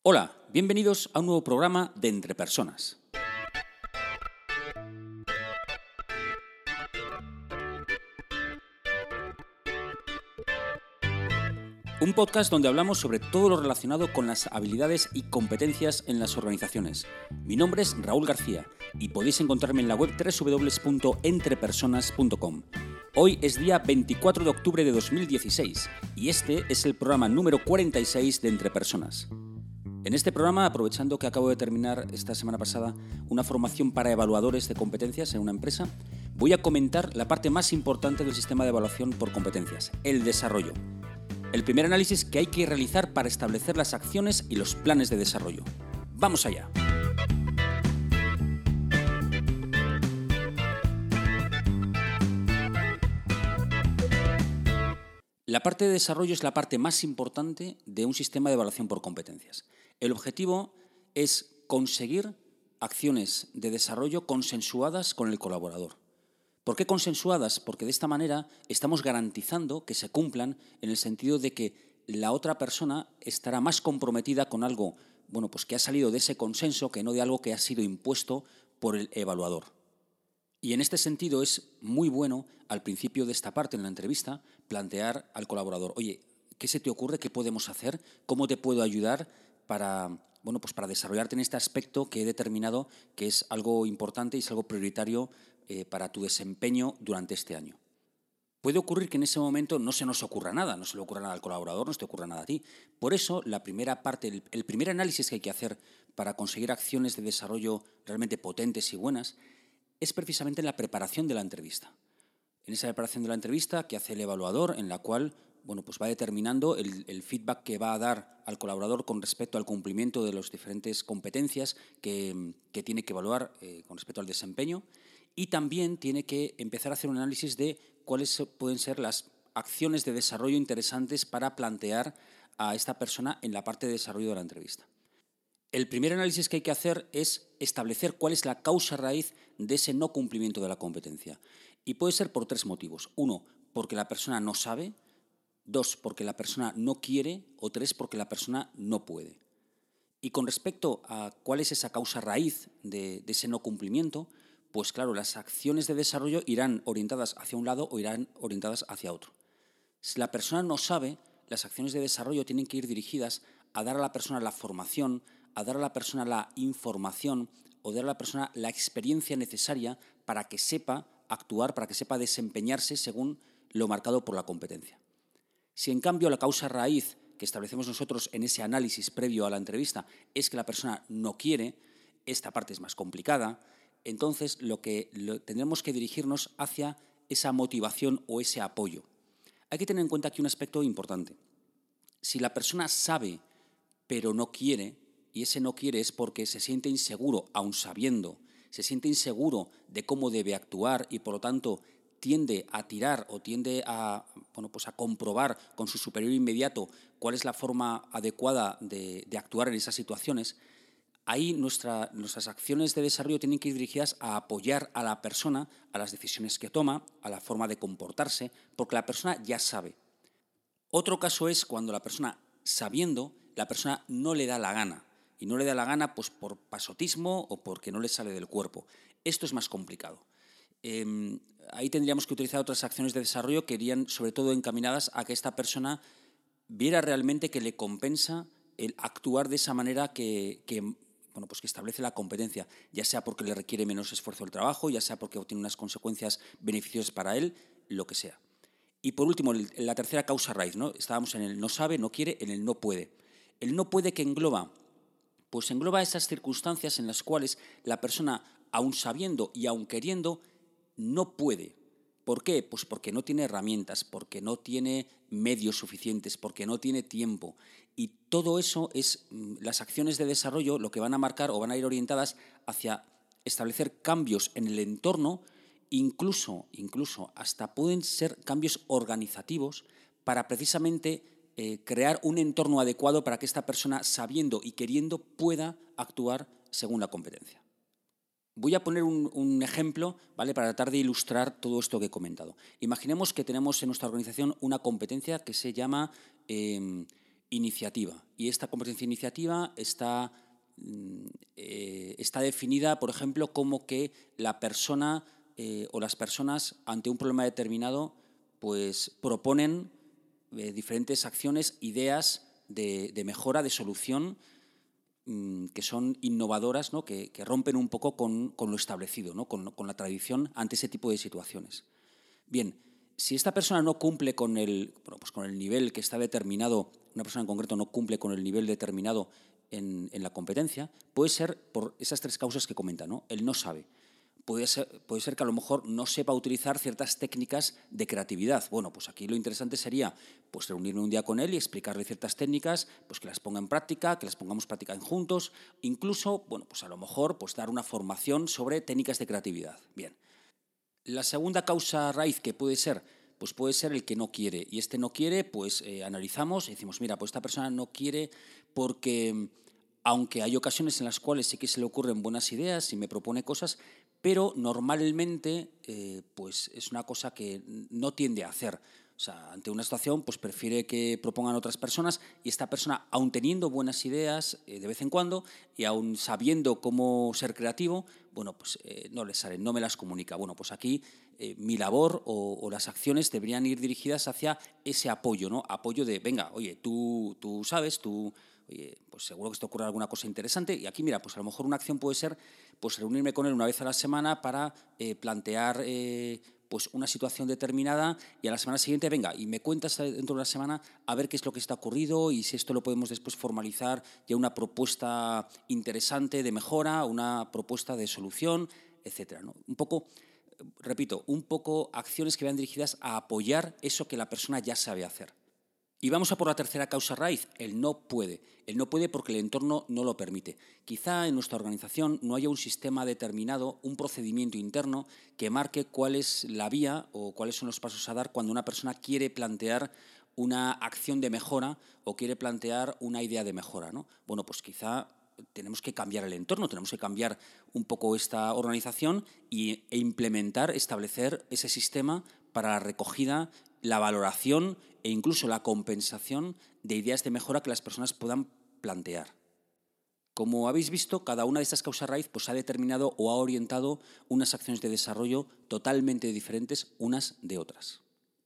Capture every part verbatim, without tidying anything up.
Hola, bienvenidos a un nuevo programa de Entre Personas. Un podcast donde hablamos sobre todo lo relacionado con las habilidades y competencias en las organizaciones. Mi nombre es Raúl García y podéis encontrarme en la web doble u doble u doble u punto entrepersonas punto com. Hoy es día veinticuatro de octubre de dos mil dieciséis y este es el programa número cuarenta y seis de Entre Personas. En este programa, aprovechando que acabo de terminar esta semana pasada una formación para evaluadores de competencias en una empresa, voy a comentar la parte más importante del sistema de evaluación por competencias, el desarrollo. El primer análisis que hay que realizar para establecer las acciones y los planes de desarrollo. ¡Vamos allá! La parte de desarrollo es la parte más importante de un sistema de evaluación por competencias. El objetivo es conseguir acciones de desarrollo consensuadas con el colaborador. ¿Por qué consensuadas? Porque de esta manera estamos garantizando que se cumplan en el sentido de que la otra persona estará más comprometida con algo, bueno, pues que ha salido de ese consenso que no de algo que ha sido impuesto por el evaluador. Y en este sentido es muy bueno, al principio de esta parte en la entrevista, plantear al colaborador, oye, ¿qué se te ocurre? ¿Qué podemos hacer? ¿Cómo te puedo ayudar para, bueno, pues para desarrollarte en este aspecto que he determinado que es algo importante y es algo prioritario eh, para tu desempeño durante este año? Puede ocurrir que en ese momento no se nos ocurra nada, no se le ocurra nada al colaborador, no se te ocurra nada a ti. Por eso, la primera parte, el, el primer análisis que hay que hacer para conseguir acciones de desarrollo realmente potentes y buenas es precisamente en la preparación de la entrevista. En esa preparación de la entrevista que hace el evaluador, en la cual bueno, pues va determinando el, el feedback que va a dar al colaborador con respecto al cumplimiento de las diferentes competencias que, que tiene que evaluar eh, con respecto al desempeño, y también tiene que empezar a hacer un análisis de cuáles pueden ser las acciones de desarrollo interesantes para plantear a esta persona en la parte de desarrollo de la entrevista. El primer análisis que hay que hacer es establecer cuál es la causa raíz de ese no cumplimiento de la competencia. Y puede ser por tres motivos. Uno, porque la persona no sabe. Dos, porque la persona no quiere. O tres, porque la persona no puede. Y con respecto a cuál es esa causa raíz de, de ese no cumplimiento, pues claro, las acciones de desarrollo irán orientadas hacia un lado o irán orientadas hacia otro. Si la persona no sabe, las acciones de desarrollo tienen que ir dirigidas a dar a la persona la formación, a dar a la persona la información o dar a la persona la experiencia necesaria para que sepa actuar, para que sepa desempeñarse según lo marcado por la competencia. Si en cambio la causa raíz que establecemos nosotros en ese análisis previo a la entrevista es que la persona no quiere, esta parte es más complicada, entonces lo que lo, tendremos que dirigirnos hacia esa motivación o ese apoyo. Hay que tener en cuenta aquí un aspecto importante. Si la persona sabe pero no quiere, y ese no quiere es porque se siente inseguro, aun sabiendo, se siente inseguro de cómo debe actuar y por lo tanto tiende a tirar o tiende a, bueno, pues a comprobar con su superior inmediato cuál es la forma adecuada de, de actuar en esas situaciones, ahí nuestra, nuestras acciones de desarrollo tienen que ir dirigidas a apoyar a la persona, a las decisiones que toma, a la forma de comportarse, porque la persona ya sabe. Otro caso es cuando la persona, sabiendo, la persona no le da la gana. Y no le da la gana pues, por pasotismo o porque no le sale del cuerpo. Esto es más complicado. Eh, ahí tendríamos que utilizar otras acciones de desarrollo que irían sobre todo encaminadas a que esta persona viera realmente que le compensa el actuar de esa manera que, que, bueno, pues que establece la competencia, ya sea porque le requiere menos esfuerzo el trabajo, ya sea porque obtiene unas consecuencias beneficiosas para él, lo que sea. Y por último, la tercera causa raíz, ¿no? Estábamos en el no sabe, no quiere, en el no puede. El no puede que engloba Pues engloba esas circunstancias en las cuales la persona, aun sabiendo y aun queriendo, no puede. ¿Por qué? Pues porque no tiene herramientas, porque no tiene medios suficientes, porque no tiene tiempo. Y todo eso es, las acciones de desarrollo lo que van a marcar o van a ir orientadas hacia establecer cambios en el entorno, incluso, incluso hasta pueden ser cambios organizativos para precisamente Eh, crear un entorno adecuado para que esta persona, sabiendo y queriendo, pueda actuar según la competencia. Voy a poner un, un ejemplo, ¿vale?, para tratar de ilustrar todo esto que he comentado. Imaginemos que tenemos en nuestra organización una competencia que se llama eh, iniciativa. Y esta competencia iniciativa está, eh, está definida, por ejemplo, como que la persona eh, o las personas ante un problema determinado pues proponen eh, diferentes acciones, ideas de, de mejora, de solución, que son innovadoras, ¿no? que, que rompen un poco con, con lo establecido, ¿no? con, con la tradición ante ese tipo de situaciones. Bien, si esta persona no cumple con el, bueno, pues con el nivel que está determinado, una persona en concreto no cumple con el nivel determinado en, en la competencia, puede ser por esas tres causas que comenta, ¿no? Él no sabe. Puede ser, puede ser que a lo mejor no sepa utilizar ciertas técnicas de creatividad. Bueno, pues aquí lo interesante sería pues, reunirme un día con él y explicarle ciertas técnicas, pues que las ponga en práctica, que las pongamos en práctica juntos, incluso, bueno, pues a lo mejor pues, dar una formación sobre técnicas de creatividad. Bien. La segunda causa raíz que puede ser, pues puede ser el que no quiere. Y este no quiere, pues eh, analizamos y decimos, mira, pues esta persona no quiere porque, aunque hay ocasiones en las cuales sí que se le ocurren buenas ideas y me propone cosas, pero normalmente eh, pues es una cosa que no tiende a hacer. O sea, ante una situación pues prefiere que propongan otras personas y esta persona, aun teniendo buenas ideas eh, de vez en cuando y aun sabiendo cómo ser creativo, bueno, pues eh, no le salen, no me las comunica. Bueno, pues aquí eh, mi labor o, o las acciones deberían ir dirigidas hacia ese apoyo, ¿no? Apoyo de, venga, oye, tú, tú sabes, tú... Oye, pues seguro que se te ocurre alguna cosa interesante y aquí, mira, pues a lo mejor una acción puede ser pues reunirme con él una vez a la semana para eh, plantear eh, pues una situación determinada y a la semana siguiente, venga, y me cuentas dentro de la semana a ver qué es lo que está ocurrido y si esto lo podemos después formalizar ya una propuesta interesante de mejora, una propuesta de solución, etcétera, ¿no? Un poco, repito, un poco acciones que vayan dirigidas a apoyar eso que la persona ya sabe hacer. Y vamos a por la tercera causa raíz, el no puede. El no puede porque el entorno no lo permite. Quizá en nuestra organización no haya un sistema determinado, un procedimiento interno que marque cuál es la vía o cuáles son los pasos a dar cuando una persona quiere plantear una acción de mejora o quiere plantear una idea de mejora, ¿no? Bueno, pues quizá tenemos que cambiar el entorno, tenemos que cambiar un poco esta organización y, e implementar, establecer ese sistema para la recogida, la valoración e incluso la compensación de ideas de mejora que las personas puedan plantear. Como habéis visto, cada una de estas causas raíz pues, ha determinado o ha orientado unas acciones de desarrollo totalmente diferentes unas de otras.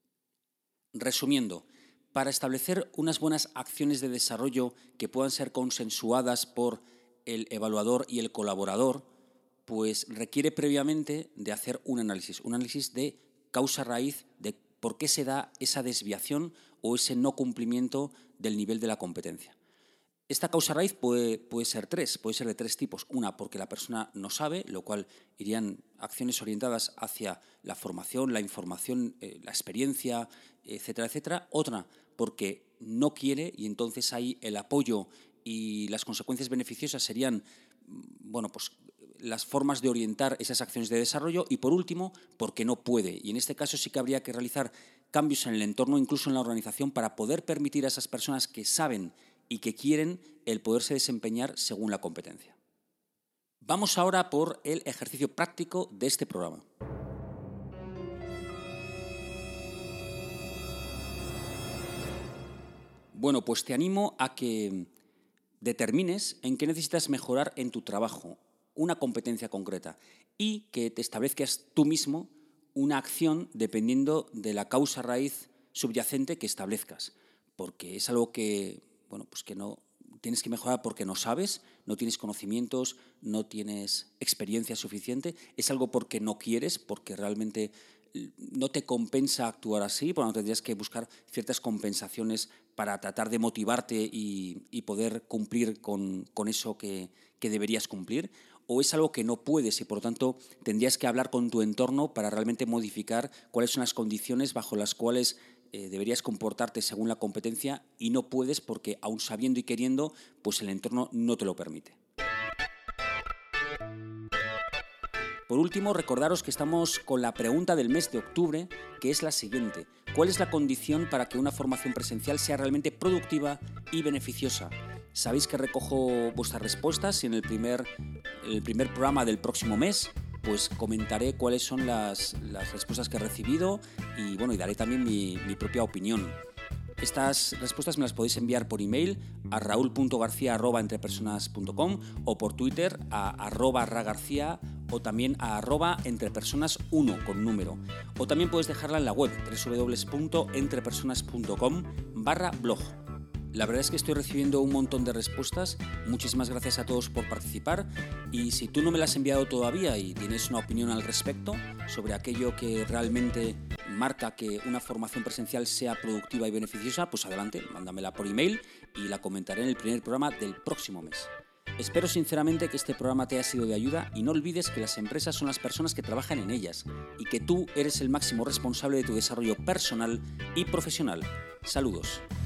Resumiendo, para establecer unas buenas acciones de desarrollo que puedan ser consensuadas por el evaluador y el colaborador, pues requiere previamente de hacer un análisis, un análisis de causa raíz, de por qué se da esa desviación o ese no cumplimiento del nivel de la competencia. Esta causa raíz puede, puede ser tres, puede ser de tres tipos. Una, porque la persona no sabe, lo cual irían acciones orientadas hacia la formación, la información, eh, la experiencia, etcétera, etcétera. Otra, porque no quiere y entonces ahí el apoyo y las consecuencias beneficiosas serían, bueno, pues las formas de orientar esas acciones de desarrollo y, por último, porque no puede. Y en este caso sí que habría que realizar cambios en el entorno, incluso en la organización, para poder permitir a esas personas que saben y que quieren el poderse desempeñar según la competencia. Vamos ahora por el ejercicio práctico de este programa. Bueno, pues te animo a que determines en qué necesitas mejorar en tu trabajo, una competencia concreta, y que te establezcas tú mismo una acción dependiendo de la causa raíz subyacente que establezcas, porque es algo que, bueno, pues que no tienes que mejorar porque no sabes, no tienes conocimientos, no tienes experiencia suficiente, es algo porque no quieres, porque realmente no te compensa actuar así, por lo tanto tendrías que buscar ciertas compensaciones para tratar de motivarte y, y poder cumplir con, con eso que, que deberías cumplir, o es algo que no puedes y por lo tanto tendrías que hablar con tu entorno para realmente modificar cuáles son las condiciones bajo las cuales eh, deberías comportarte según la competencia y no puedes porque, aun sabiendo y queriendo, pues el entorno no te lo permite. Por último, recordaros que estamos con la pregunta del mes de octubre, que es la siguiente. ¿Cuál es la condición para que una formación presencial sea realmente productiva y beneficiosa? Sabéis que recojo vuestras respuestas y en el primer, el primer programa del próximo mes pues comentaré cuáles son las, las respuestas que he recibido y, bueno, y daré también mi, mi propia opinión. Estas respuestas me las podéis enviar por email a raúl punto garcía arroba entrepersonas punto com o por Twitter a arroba ragarcía o también a arroba entrepersonas uno con número. O también puedes dejarla en la web doble u doble u doble u punto entrepersonas punto com barra blog. La verdad es que estoy recibiendo un montón de respuestas. Muchísimas gracias a todos por participar. Y si tú no me las has enviado todavía y tienes una opinión al respecto sobre aquello que realmente marca que una formación presencial sea productiva y beneficiosa, pues adelante, mándamela por email y la comentaré en el primer programa del próximo mes. Espero sinceramente que este programa te haya sido de ayuda y no olvides que las empresas son las personas que trabajan en ellas y que tú eres el máximo responsable de tu desarrollo personal y profesional. Saludos.